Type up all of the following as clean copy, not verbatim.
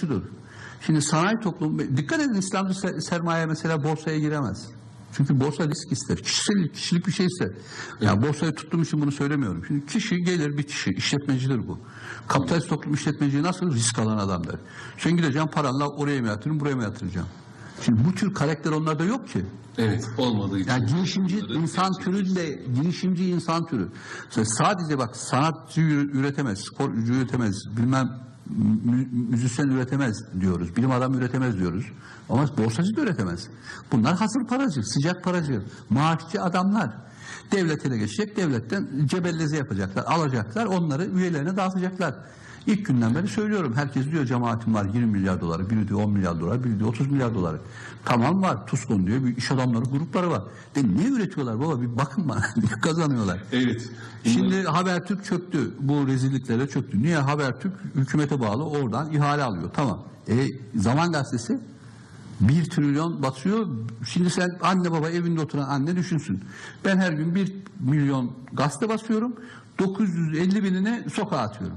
şudur. Şimdi sanayi toplumu, dikkat edin, İslamcı sermaye mesela borsaya giremez. Çünkü borsa risk ister. Kişilik bir şey ister. Yani borsayı tuttuğum için bunu söylemiyorum. Şimdi kişi gelir, bir kişi, işletmecidir bu. Kapitalist toplum işletmeci nasıl? Risk alan adamdır. Sen gideceksin, paranla oraya mı yatırın, buraya mı yatıracağım? Şimdi bu tür karakter onlarda yok ki. Evet, olmadığı için. Yani girişimci insan türü de, girişimci insan türü. Sadece bak, sanatçı üretemez, spor üretemez, bilmem müzisyen üretemez diyoruz, bilim adamı üretemez diyoruz. Ama borsacı da üretemez. Bunlar hazır paracı, sıcak paracı, maaşçı adamlar. Devlet ele geçecek, devletten cebelleze yapacaklar, alacaklar, onları üyelerine dağıtacaklar. İlk günden beri söylüyorum, herkes diyor cemaatim var 20 milyar doları, biri diyor 10 milyar dolar, biri diyor 30 milyar doları. Tamam var, TUSKON diyor, bir iş adamları grupları var. Ne üretiyorlar baba, bir bakın bana, ne kazanıyorlar. Evet. Şimdi Habertürk çöktü, bu rezilliklere çöktü. Niye? Habertürk hükümete bağlı, oradan ihale alıyor, tamam. Zaman Gazetesi 1 trilyon batıyor. Şimdi sen anne baba evinde oturan anne düşünsün. Ben her gün 1 milyon gazete basıyorum, 950 binini sokağa atıyorum.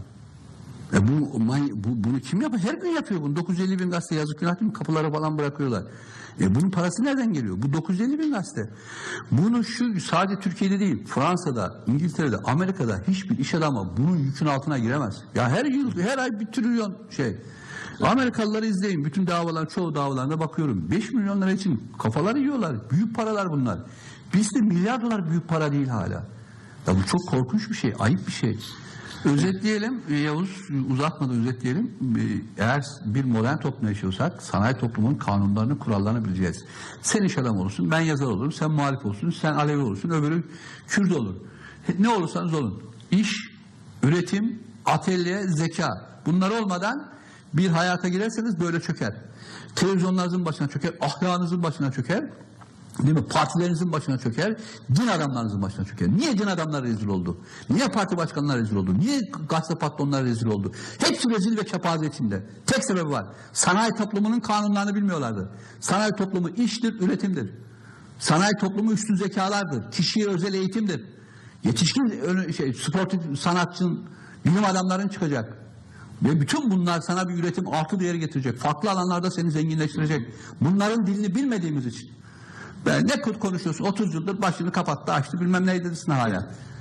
Bunu kim yapıyor? Her gün yapıyor bunu. 950 bin gazete, yazık günah değil mi? Kapılara falan bırakıyorlar. Bunun parası nereden geliyor? Bu 950 bin gazete. Bunu sadece Türkiye'de değil, Fransa'da, İngiltere'de, Amerika'da hiçbir iş adamı bunun yükün altına giremez. Ya her yıl, her ay 1 trilyon şey. Amerikalıları izleyin. Bütün davalar, çoğu davalarına bakıyorum. 5 milyon lira için kafaları yiyorlar. Büyük paralar bunlar. Bizde milyar dolar büyük para değil hala. Ya bu çok korkunç bir şey, ayıp bir şey. Özetleyelim, Yavuz, uzatmadan özetleyelim. Eğer bir modern toplum yaşıyorsak, sanayi toplumunun kanunlarını, kurallarını bileceğiz. Sen iş adamı olursun, ben yazar olurum, sen muhalif olursun, sen Alevi olursun, öbürü Kürt olur. Ne olursanız olun. İş, üretim, atölye, zeka. Bunlar olmadan bir hayata girerseniz böyle çöker. Televizyonlarınızın başına çöker, ahlakınızın başına çöker. Değil mi? Partilerinizin başına çöker, din adamlarınızın başına çöker. Niye din adamları rezil oldu? Niye parti başkanları rezil oldu? Niye gazete patronları rezil oldu? Hepsi rezil ve kepaze içinde. Tek sebebi var. Sanayi toplumunun kanunlarını bilmiyorlardı. Sanayi toplumu iştir, üretimdir. Sanayi toplumu üstün zekalardır. Kişiye özel eğitimdir. Yetişkin sportif sanatçının, bilim adamların çıkacak. Ve bütün bunlar sana bir üretim artı değeri getirecek. Farklı alanlarda seni zenginleştirecek. Bunların dilini bilmediğimiz için. Ne konuşuyorsun? 30 yıldır başını kapattı, açtı, bilmem ne edersin hala.